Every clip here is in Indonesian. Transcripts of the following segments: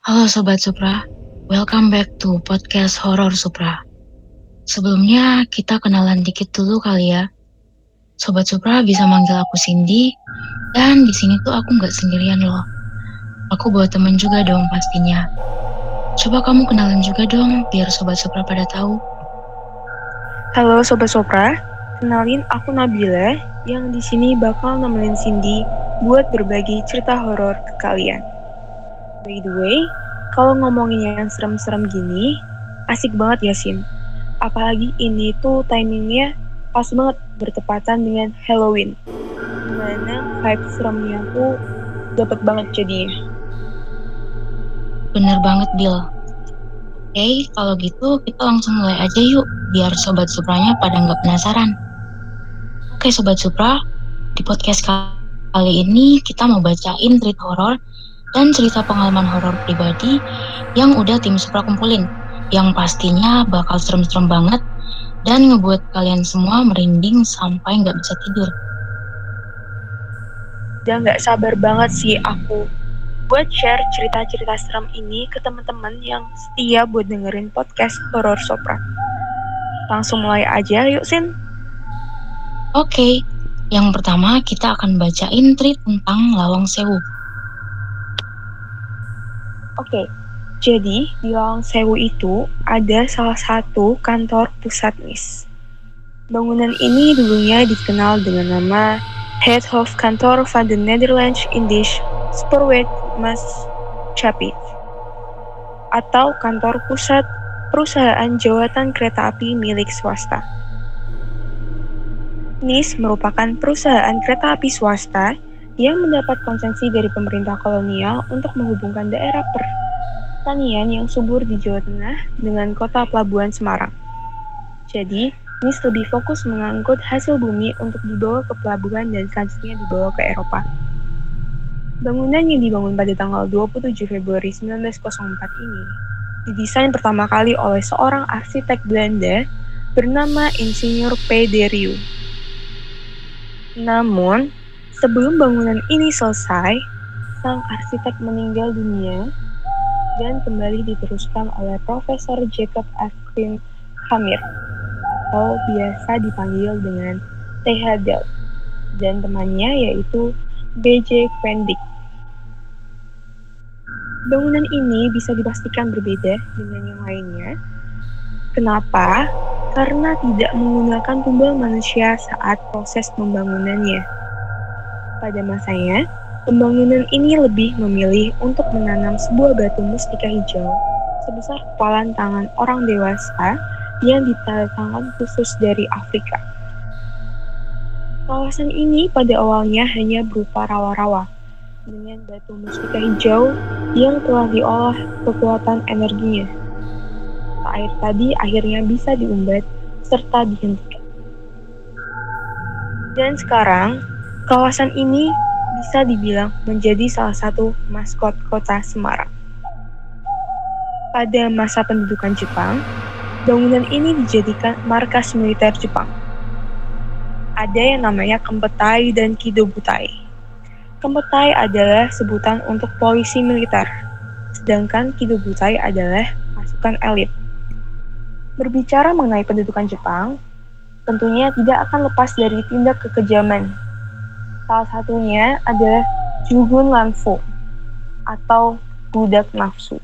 Halo Sobat Supra, welcome back to podcast Horor Supra. Sebelumnya kita kenalan dikit dulu kali ya. Sobat Supra bisa manggil aku Cindy, dan di sini tuh aku nggak sendirian loh. Aku bawa temen juga dong pastinya. Coba kamu kenalan juga dong, biar Sobat Supra pada tahu. Halo Sobat Sopra, kenalin aku Nabila yang di sini bakal nemenin Cindy buat berbagi cerita horor ke kalian. By the way, kalau ngomongin yang serem-serem gini, asik banget ya Sin. Apalagi ini tuh timingnya pas banget bertepatan dengan Halloween. Dimana vibe seremnya tuh dapet banget jadinya. Bener banget, Bill. Oke, kalau gitu kita langsung mulai aja yuk, biar Sobat Supranya pada nggak penasaran. Oke Sobat Supra, di podcast kali ini kita mau bacain treat horor dan cerita pengalaman horor pribadi yang udah tim Supra kumpulin, yang pastinya bakal serem-serem banget dan ngebuat kalian semua merinding sampai nggak bisa tidur. Udah nggak sabar banget sih aku buat share cerita-cerita serem ini ke teman-teman yang setia buat dengerin podcast Horor Sopra. Langsung mulai aja yuk Sin. Oke, yang pertama kita akan bacain treat tentang Lawang Sewu. Oke, jadi di Lawang Sewu itu ada salah satu kantor pusat NIS. Bangunan ini dulunya dikenal dengan nama Head of Kantor van de Nederlands Indisch Spoorwegmaatschappij atau kantor pusat perusahaan jawatan kereta api milik swasta. NIS merupakan perusahaan kereta api swasta yang mendapat konsesi dari pemerintah kolonial untuk menghubungkan daerah pertanian yang subur di Jawa Tengah dengan kota pelabuhan Semarang. Jadi, NIS lebih fokus mengangkut hasil bumi untuk dibawa ke pelabuhan dan selanjutnya dibawa ke Eropa. Bangunan yang dibangun pada tanggal 27 Februari 1904 ini didesain pertama kali oleh seorang arsitek Belanda bernama Insinyur P. de Rieu. Namun, sebelum bangunan ini selesai, sang arsitek meninggal dunia dan kembali diteruskan oleh Profesor Jacob Askin Hamir atau biasa dipanggil dengan T.H. Delft dan temannya yaitu B.J. Kwendik. Bangunan ini bisa dipastikan berbeda dengan yang lainnya. Kenapa? Karena tidak menggunakan tumbal manusia saat proses pembangunannya. Pada masanya, pembangunan ini lebih memilih untuk menanam sebuah batu mustika hijau sebesar kepalan tangan orang dewasa yang didatangkan khusus dari Afrika. Kawasan ini pada awalnya hanya berupa rawa-rawa dengan batu mustika hijau yang telah diolah kekuatan energinya. Air tadi akhirnya bisa diumbat serta dihentikan. Dan sekarang, kawasan ini bisa dibilang menjadi salah satu maskot kota Semarang. Pada masa pendudukan Jepang, bangunan ini dijadikan markas militer Jepang. Ada yang namanya Kempetai dan Kidobutai. Kempetai adalah sebutan untuk polisi militer, sedangkan Kidobutai adalah pasukan elit. Berbicara mengenai pendudukan Jepang, tentunya tidak akan lepas dari tindak kekejaman. Salah satunya adalah Jugun Lanfu atau budak nafsu.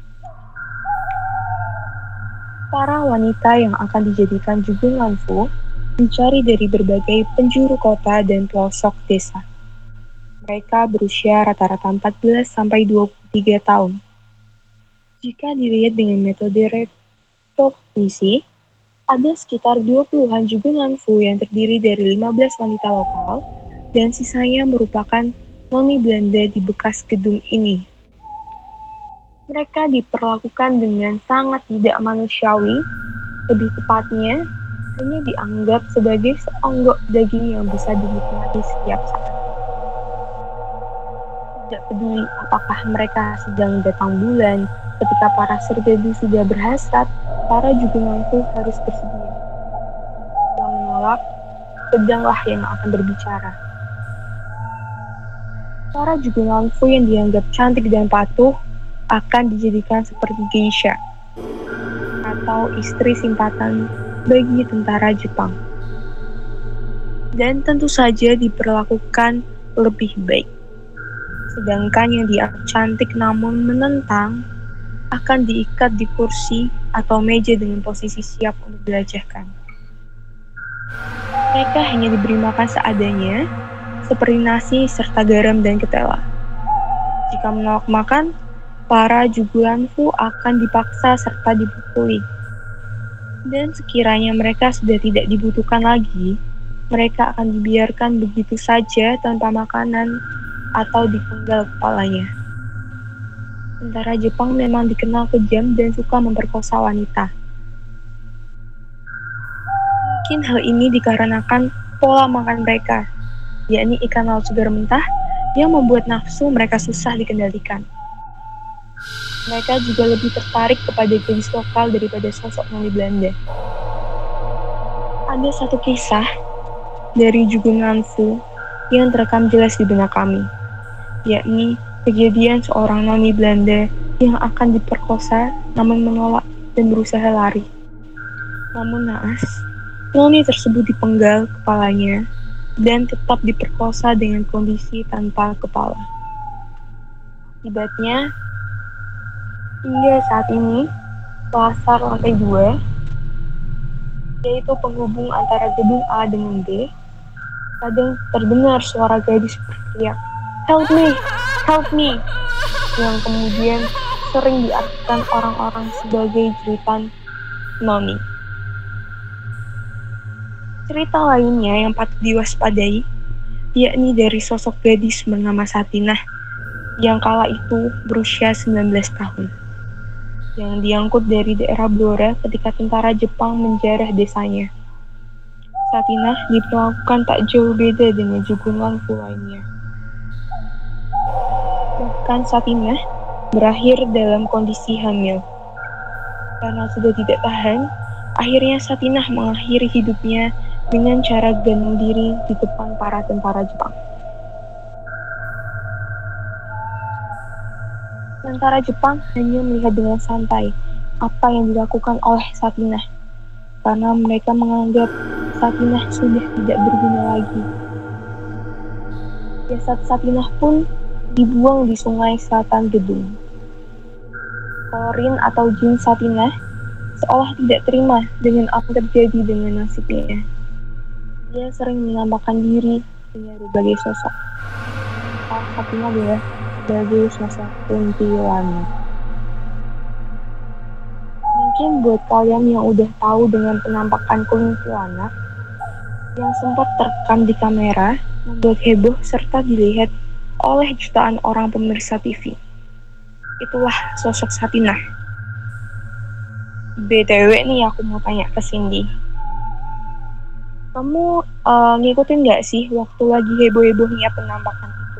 Para wanita yang akan dijadikan Jugun Lanfu dicari dari berbagai penjuru kota dan pelosok desa. Mereka berusia rata-rata 14 sampai 23 tahun. Jika dilihat dengan metode rekognisi, ada sekitar 20-an Jugun Lanfu yang terdiri dari 15 wanita lokal dan sisanya merupakan noni Belanda di bekas gedung ini. Mereka diperlakukan dengan sangat tidak manusiawi, lebih tepatnya hanya dianggap sebagai seonggok daging yang bisa dinikmati setiap saat. Tidak peduli apakah mereka sedang datang bulan, ketika para sergadu sudah berhasrat, para Jugunganku harus bersedia. Yang menolak, pedanglah yang akan berbicara. Para Jugunganku yang dianggap cantik dan patuh akan dijadikan seperti geisha atau istri simpatan bagi tentara Jepang. Dan tentu saja diperlakukan lebih baik. Sedangkan yang dianggap cantik namun menentang akan diikat di kursi atau meja dengan posisi siap untuk dilecehkan. Mereka hanya diberi makan seadanya, seperti nasi serta garam dan ketela. Jika menolak makan, para jugulanfu akan dipaksa serta dipukuli. Dan sekiranya mereka sudah tidak dibutuhkan lagi, mereka akan dibiarkan begitu saja tanpa makanan atau dipenggal kepalanya. Tentara Jepang memang dikenal kejam dan suka memperkosa wanita. Mungkin hal ini dikarenakan pola makan mereka, yakni ikan laut segar mentah yang membuat nafsu mereka susah dikendalikan. Mereka juga lebih tertarik kepada gadis lokal daripada sosok noni Belanda. Ada satu kisah dari Jugunanfu yang terekam jelas di benak kami, yakni kejadian seorang noni Belanda yang akan diperkosa namun menolak dan berusaha lari. Namun naas, noni tersebut dipenggal kepalanya dan tetap diperkosa dengan kondisi tanpa kepala. Akibatnya, hingga saat ini, pasar lantai 2, yaitu penghubung antara gedung A dengan B, kadang terdengar suara gadis berteriak, "Help me! Help me!" yang kemudian sering diartikan orang-orang sebagai jeritan noni. Cerita lainnya yang patut diwaspadai, yakni dari sosok gadis bernama Satinah, yang kala itu berusia 19 tahun, yang diangkut dari daerah Blora ketika tentara Jepang menjarah desanya. Satinah diperlakukan tak jauh beda dengan jugunanfu lainnya. Bahkan Satinah berakhir dalam kondisi hamil. Karena sudah tidak tahan, akhirnya Satinah mengakhiri hidupnya dengan cara gantung diri di depan para tentara Jepang. Tentara Jepang hanya melihat dengan santai apa yang dilakukan oleh Satinah, karena mereka menganggap Satinah sudah tidak berguna lagi. Jasad Satinah pun dibuang di sungai selatan gedung. Korin atau Jin Satinah seolah tidak terima dengan apa yang terjadi dengan nasibnya. Dia sering menampakkan diri dengan berbagai sosok. Salah satunya adalah sebagai sosok kuntilanak. Mungkin buat kalian yang udah tahu dengan penampakan kuntilanak yang sempat terekam di kamera, membuat heboh serta dilihat oleh jutaan orang pemirsa TV. Itulah sosok Satinah. BTW nih aku mau tanya ke Cindy. Kamu ngikutin gak sih waktu lagi heboh-hebohnya penampakan itu?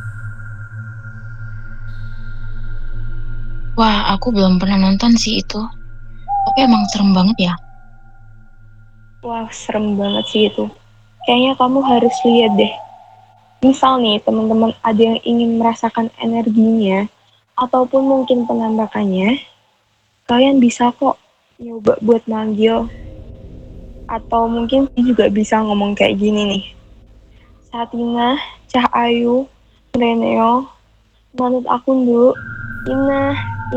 Wah, aku belum pernah nonton sih itu. Tapi emang serem banget ya. Wah, serem banget sih itu. Kayaknya kamu harus lihat deh. Misal nih, teman-teman ada yang ingin merasakan energinya, ataupun mungkin penampakannya, kalian bisa kok nyoba buat manggil. Atau mungkin juga bisa ngomong kayak gini nih. Satinah, Cah Ayu, Reneo, manut aku dulu, Inah.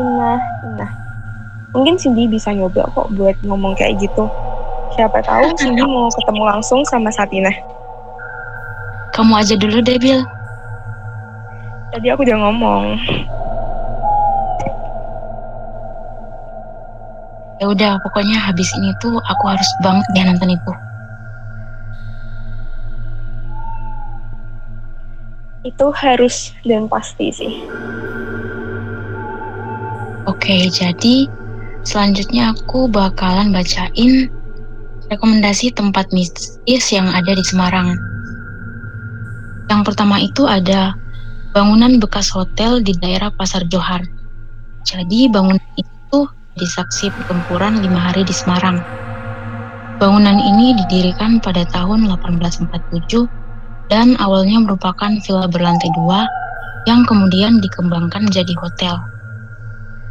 Mungkin Cindy bisa nyoba kok buat ngomong kayak gitu. Siapa tahu Cindy mau ketemu langsung sama Satinah. Kamu aja dulu deh, Bil. Tadi aku udah ngomong. Ya udah, pokoknya habis ini tuh aku harus banget deh nonton itu. Itu harus dan pasti sih. Oke, jadi selanjutnya aku bakalan bacain rekomendasi tempat mistis yang ada di Semarang. Yang pertama itu ada bangunan bekas hotel di daerah Pasar Johar. Jadi bangunan itu disaksi pertempuran 5 hari di Semarang. Bangunan ini didirikan pada tahun 1847 dan awalnya merupakan villa berlantai 2 yang kemudian dikembangkan menjadi hotel.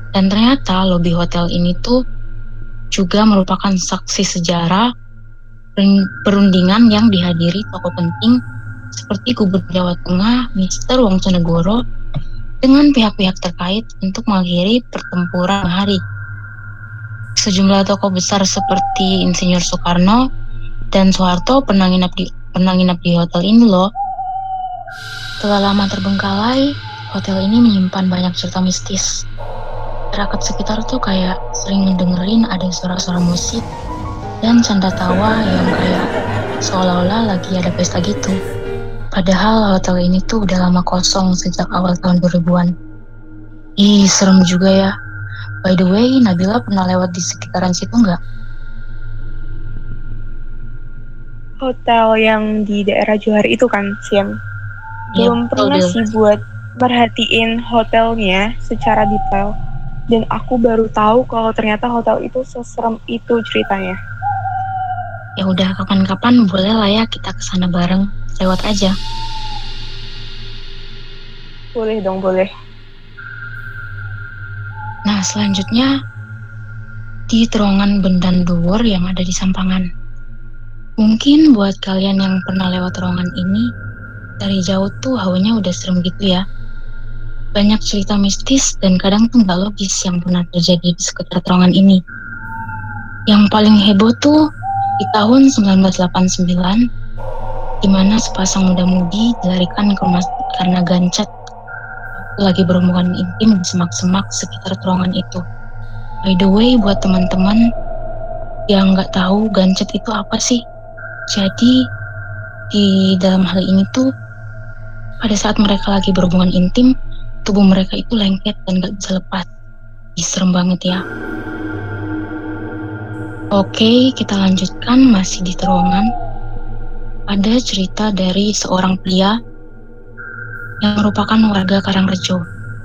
Dan ternyata lobi hotel ini tuh juga merupakan saksi sejarah perundingan yang dihadiri tokoh penting seperti Gubernur Jawa Tengah, Mr. Wongsonerogoro, dengan pihak-pihak terkait untuk mengakhiri pertempuran hari. Sejumlah tokoh besar seperti Insinyur Soekarno dan Soeharto pernah nginap di hotel ini loh. Setelah lama terbengkalai, hotel ini menyimpan banyak cerita mistis. Masyarakat sekitar tuh kayak sering ngedengerin ada suara-suara musik dan canda tawa yang kayak seolah-olah lagi ada pesta gitu. Padahal hotel ini tuh udah lama kosong sejak awal tahun 2000-an. Ih, serem juga ya. By the way, Nabila pernah lewat di sekitaran situ nggak? Hotel yang di daerah Johar itu kan, Sian? Iya, Belum betul, pernah Bil. sih buat merhatiin hotelnya secara detail. Dan aku baru tahu kalau ternyata hotel itu seserem itu ceritanya. Ya udah, kapan-kapan boleh lah ya kita kesana bareng, lewat aja. Boleh dong, boleh. Nah, selanjutnya di terowongan Bendan Dhuwur yang ada di Sampangan. Mungkin buat kalian yang pernah lewat terowongan ini, dari jauh tuh hawanya udah serem gitu ya. Banyak cerita mistis dan kadang tuh nggak logis yang pernah terjadi di sekitar terowongan ini. Yang paling heboh tuh di tahun 1989, di mana sepasang muda-mudi dilarikan ke rumah sakit karena gancet lagi berhubungan intim di semak-semak sekitar terowongan itu. By the way, buat teman-teman yang nggak tahu gancet itu apa sih? Jadi di dalam hal ini tuh pada saat mereka lagi berhubungan intim, tubuh mereka itu lengket dan gak bisa lepas. Serem banget ya. Oke, kita lanjutkan masih di terowongan. Ada cerita dari seorang pria yang merupakan warga Karangrejo.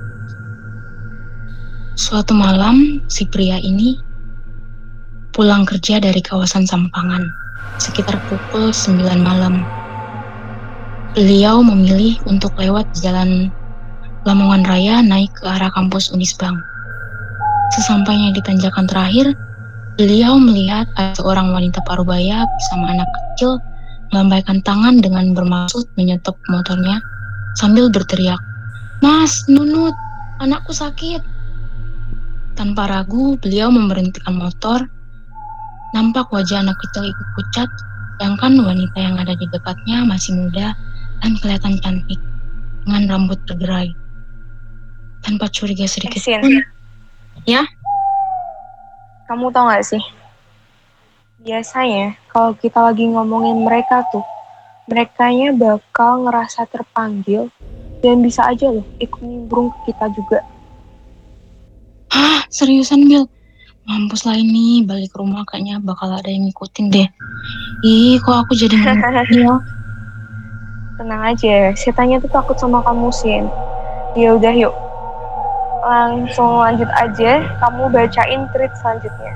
Suatu malam, si pria ini pulang kerja dari kawasan Sampangan sekitar pukul 9 malam. Beliau memilih untuk lewat jalan Lamongan Raya naik ke arah kampus Unisbank. Sesampainya di tanjakan terakhir, beliau melihat ada seorang wanita parubaya bersama anak kecil melambaikan tangan dengan bermaksud menyetop motornya sambil berteriak, "Mas, Nunut, anakku sakit." Tanpa ragu, beliau memberhentikan motor. Nampak wajah anak kecil ikut pucat, sedangkan wanita yang ada di dekatnya masih muda dan kelihatan cantik dengan rambut bergerai. Tanpa curiga sedikit pun. Ya? Kamu tau gak sih? Biasanya kalau kita lagi ngomongin mereka tuh, merekanya bakal ngerasa terpanggil dan bisa aja loh ikut nimbrung ke kita juga. Hah? Seriusan, Bil? Mampus lah ini, balik ke rumah kayaknya bakal ada yang ngikutin deh. Ih, kok aku jadi ngikutin ya? Tenang aja, setannya tuh takut sama kamu, Sin. Ya udah yuk, langsung lanjut aja. Kamu bacain tweet selanjutnya.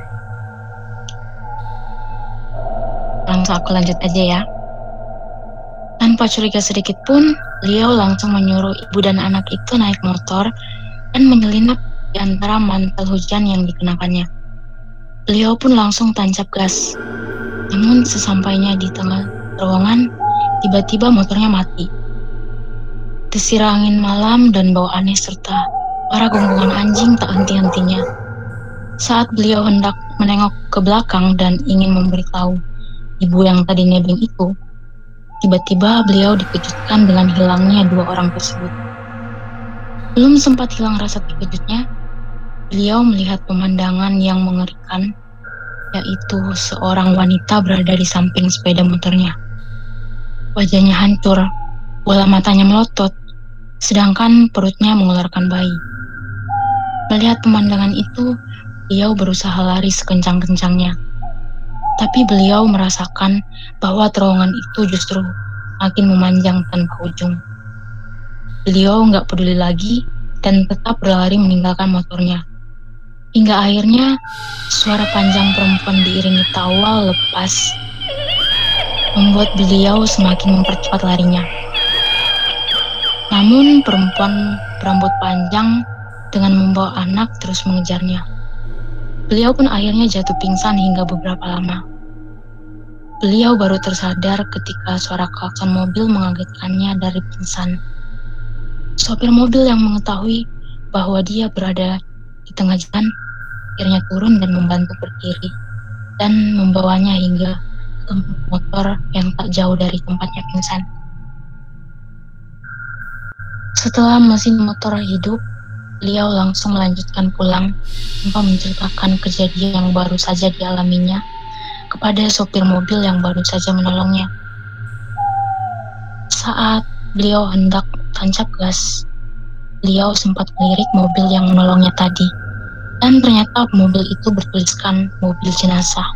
Langsung aku lanjut aja ya. Tanpa curiga sedikit pun, beliau langsung menyuruh ibu dan anak itu naik motor dan menyelinap di antara mantel hujan yang dikenakannya. Beliau pun langsung tancap gas. Namun sesampainya di tengah terowongan, tiba-tiba motornya mati. Desir angin malam dan bau aneh serta para gonggongan anjing tak henti-hentinya. Saat beliau hendak menengok ke belakang dan ingin memberitahu ibu yang tadi nebeng itu, tiba-tiba beliau dikejutkan dengan hilangnya dua orang tersebut. Belum sempat hilang rasa terkejutnya, beliau melihat pemandangan yang mengerikan, yaitu seorang wanita berada di samping sepeda motornya. Wajahnya hancur, bola matanya melotot, sedangkan perutnya mengeluarkan bayi. Melihat pemandangan itu, beliau berusaha lari sekencang-kencangnya. Tapi beliau merasakan bahwa terowongan itu justru makin memanjang tanpa ujung. Beliau nggak peduli lagi dan tetap berlari meninggalkan motornya. Hingga akhirnya suara panjang perempuan diiringi tawa lepas membuat beliau semakin mempercepat larinya. Namun perempuan berambut panjang dengan membawa anak terus mengejarnya. Beliau pun akhirnya jatuh pingsan hingga beberapa lama. Beliau baru tersadar ketika suara klakson mobil mengagetkannya dari pingsan. Sopir mobil yang mengetahui bahwa dia berada di tengah jalan akhirnya turun dan membantu berdiri dan membawanya hingga ke tempat motor yang tak jauh dari tempatnya pingsan. Setelah mesin motor hidup, beliau langsung melanjutkan pulang tanpa menceritakan kejadian yang baru saja dialaminya kepada sopir mobil yang baru saja menolongnya. Saat beliau hendak tancap gas, beliau sempat melirik mobil yang menolongnya tadi. Dan ternyata mobil itu bertuliskan mobil jenazah.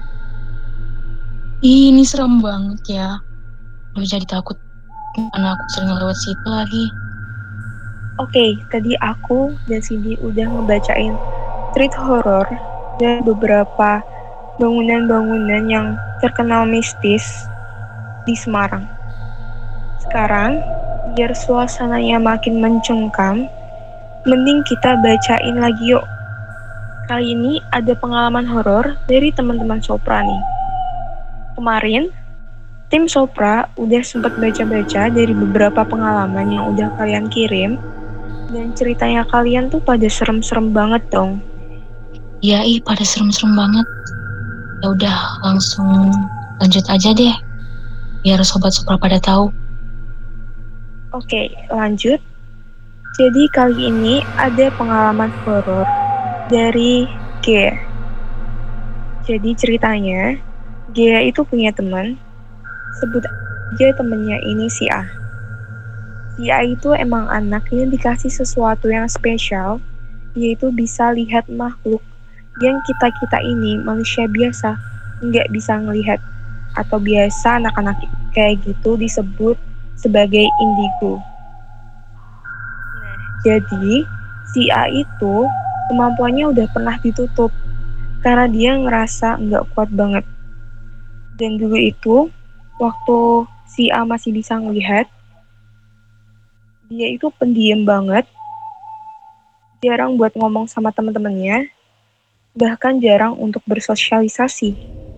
Ini serem banget ya. Aduh, jadi takut karena aku sering lewat situ lagi. Oke, tadi aku dan Cindy udah ngebacain street horror dan beberapa bangunan-bangunan yang terkenal mistis di Semarang. Sekarang, biar suasananya makin mencengkam, mending kita bacain lagi yuk. Kali ini ada pengalaman horor dari teman-teman Sopra nih. Kemarin, tim Sopra udah sempat baca-baca dari beberapa pengalaman yang udah kalian kirim, dan ceritanya kalian tuh pada serem-serem banget dong. Ya, pada serem-serem banget. Ya udah, langsung lanjut aja deh. Biar sobat Sopra pada tahu. Oke, lanjut. Jadi kali ini ada pengalaman horor dari G. Jadi ceritanya, G itu punya teman, sebut aja temennya ini si A. Si A itu emang anaknya dikasih sesuatu yang spesial, yaitu bisa lihat makhluk yang kita-kita ini manusia biasa nggak bisa ngelihat, atau biasa anak-anak kayak gitu disebut sebagai indigo. Nah, jadi si A itu kemampuannya udah pernah ditutup karena dia ngerasa nggak kuat banget. Dan dulu itu, waktu si A masih bisa ngelihat, dia itu pendiam banget, jarang buat ngomong sama teman-temannya, bahkan jarang untuk bersosialisasi.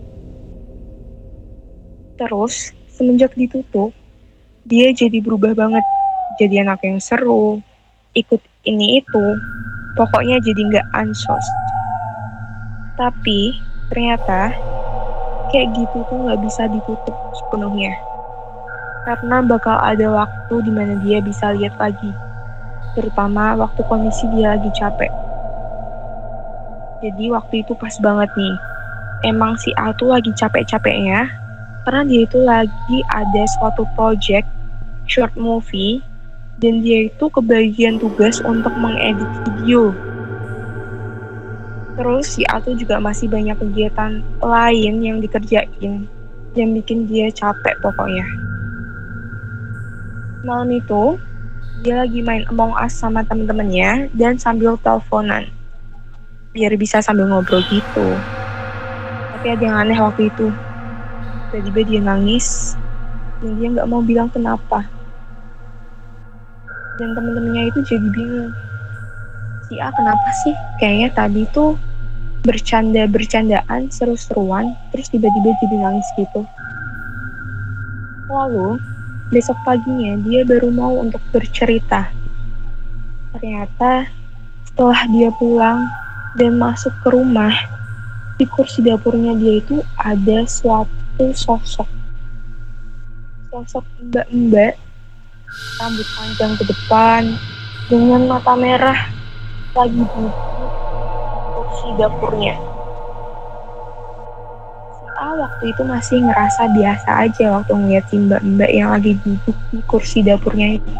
Terus, semenjak ditutup, dia jadi berubah banget, jadi anak yang seru, ikut ini itu, pokoknya jadi nggak ansos. Tapi, ternyata, kayak gitu tuh nggak bisa ditutup sepenuhnya. Karena bakal ada waktu di mana dia bisa lihat lagi, terutama waktu kondisi dia lagi capek. Jadi waktu itu pas banget nih, emang si A tuh lagi capek-capeknya, karena dia itu lagi ada suatu project short movie, dan dia itu kebagian tugas untuk mengedit video. Terus si A tuh juga masih banyak kegiatan lain yang dikerjain, yang bikin dia capek pokoknya. Malam itu, dia lagi main Among Us sama temen-temennya dan sambil teleponan, biar bisa sambil ngobrol gitu. Tapi ada yang aneh waktu itu. Tiba-tiba dia nangis, dan dia nggak mau bilang kenapa. Dan temen-temennya itu jadi bingung. Si A kenapa sih? Kayaknya tadi tuh bercandaan, seru-seruan, terus tiba-tiba jadi nangis gitu. Lalu, besok paginya dia baru mau untuk bercerita. Ternyata setelah dia pulang dan masuk ke rumah, di kursi dapurnya dia itu ada suatu sosok. Sosok mbak-mbak, rambut panjang ke depan, dengan mata merah, lagi duduk di kursi dapurnya. Si A waktu itu masih ngerasa biasa aja waktu ngeliat si mbak-mbak yang lagi duduk di kursi dapurnya itu.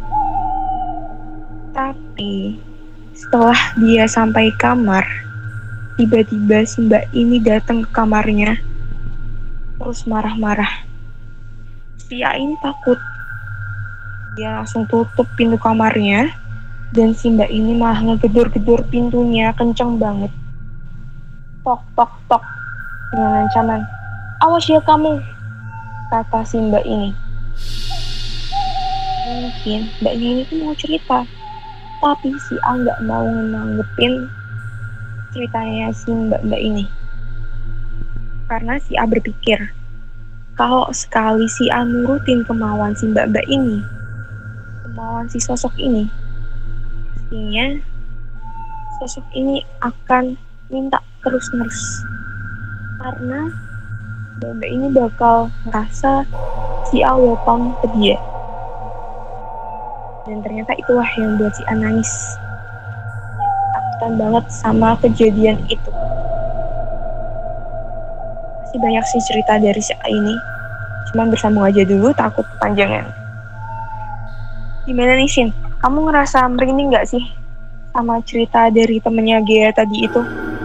Tapi setelah dia sampai kamar, tiba-tiba si mbak ini datang ke kamarnya, terus marah-marah. Si A ini takut. Dia langsung tutup pintu kamarnya, dan si mbak ini malah ngegedor-gedor pintunya kenceng banget. Tok, tok, tok, dengan ancaman. Awas ya kamu, kata si mbak ini. Mungkin mbaknya ini tuh mau cerita. Tapi si A nggak mau nanggepin ceritanya si mbak-mbak ini. Karena si A berpikir, kalau sekali si A nurutin kemauan si mbak-mbak ini, kemauan si sosok ini, pastinya sosok ini akan minta terus-menerus. Karena mbak-mbak ini bakal ngerasa si A welcome ke dia. Dan ternyata itulah yang buat si A nangis. Takutan banget sama kejadian itu. Masih banyak sih cerita dari si A ini. Cuman bersambung aja dulu, takut kepanjangan. Gimana nih, Shin? Kamu ngerasa merinding gak sih sama cerita dari temennya Gea tadi itu?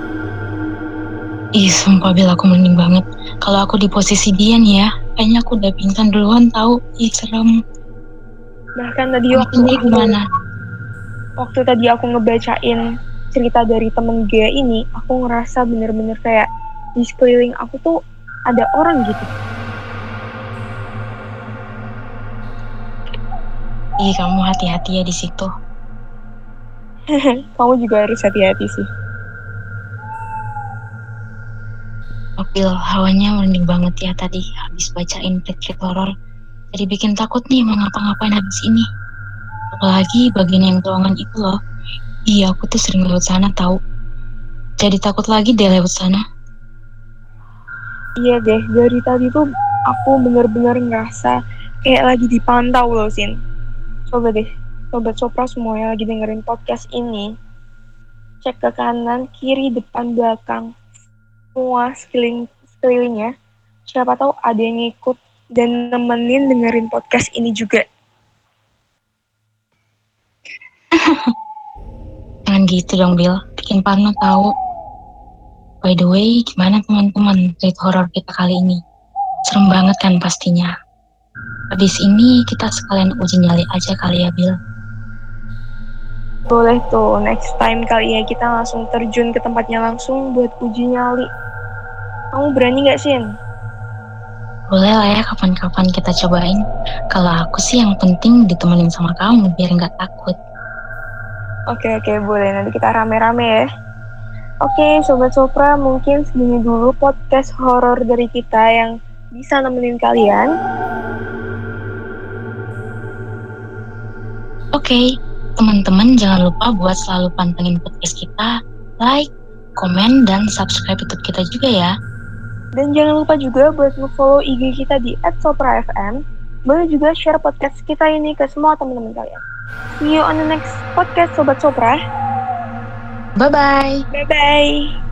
Ih, sumpah Bil, aku merinding banget. Kalau aku di posisi dia nih ya, kayaknya aku udah pingsan duluan tahu. Ih, serem. Bahkan tadi waktu tadi aku ngebacain cerita dari temen Gea ini, aku ngerasa bener-bener kayak di sekeliling aku tuh ada orang gitu. Ih, kamu hati-hati ya di situ. Kamu juga harus hati-hati sih. Bil, hawanya merinding banget ya tadi habis bacain cerita horor. Jadi bikin takut nih mau ngapa-ngapain habis ini. Apalagi bagian yang ruangan itu loh. Iya, aku tuh sering lewat sana tahu. Jadi takut lagi deh lewat sana. Iya deh, dari tadi tuh aku bener-bener ngerasa kayak lagi dipantau loh, Sin. Coba deh, Sobat Sopra semua yang lagi dengerin podcast ini, cek ke kanan, kiri, depan, belakang, semua sekelilingnya. Siapa tahu ada yang ngikut dan nemenin dengerin podcast ini juga. Jangan gitu dong, Bil. Bikin parno tahu. By the way, gimana teman-teman cerita horor kita kali ini? Serem banget kan pastinya. Habis ini kita sekalian uji nyali aja kali ya, Bil. Boleh tuh, next time kali ya kita langsung terjun ke tempatnya langsung buat uji nyali. Kamu berani gak, Shin? Boleh lah ya kapan-kapan kita cobain. Kalau aku sih yang penting ditemenin sama kamu biar nggak takut. Oke, boleh. Nanti kita rame-rame ya. Oke, Sobat Sopra, mungkin segini dulu podcast horor dari kita yang bisa nemenin kalian. Oke, teman-teman jangan lupa buat selalu pantengin podcast kita, like, komen, dan subscribe YouTube kita juga ya. Dan jangan lupa juga buat nge-follow IG kita di @soprafm. Boleh juga share podcast kita ini ke semua teman-teman kalian. See you on the next podcast, Sobat Sopra. Bye-bye. Bye-bye.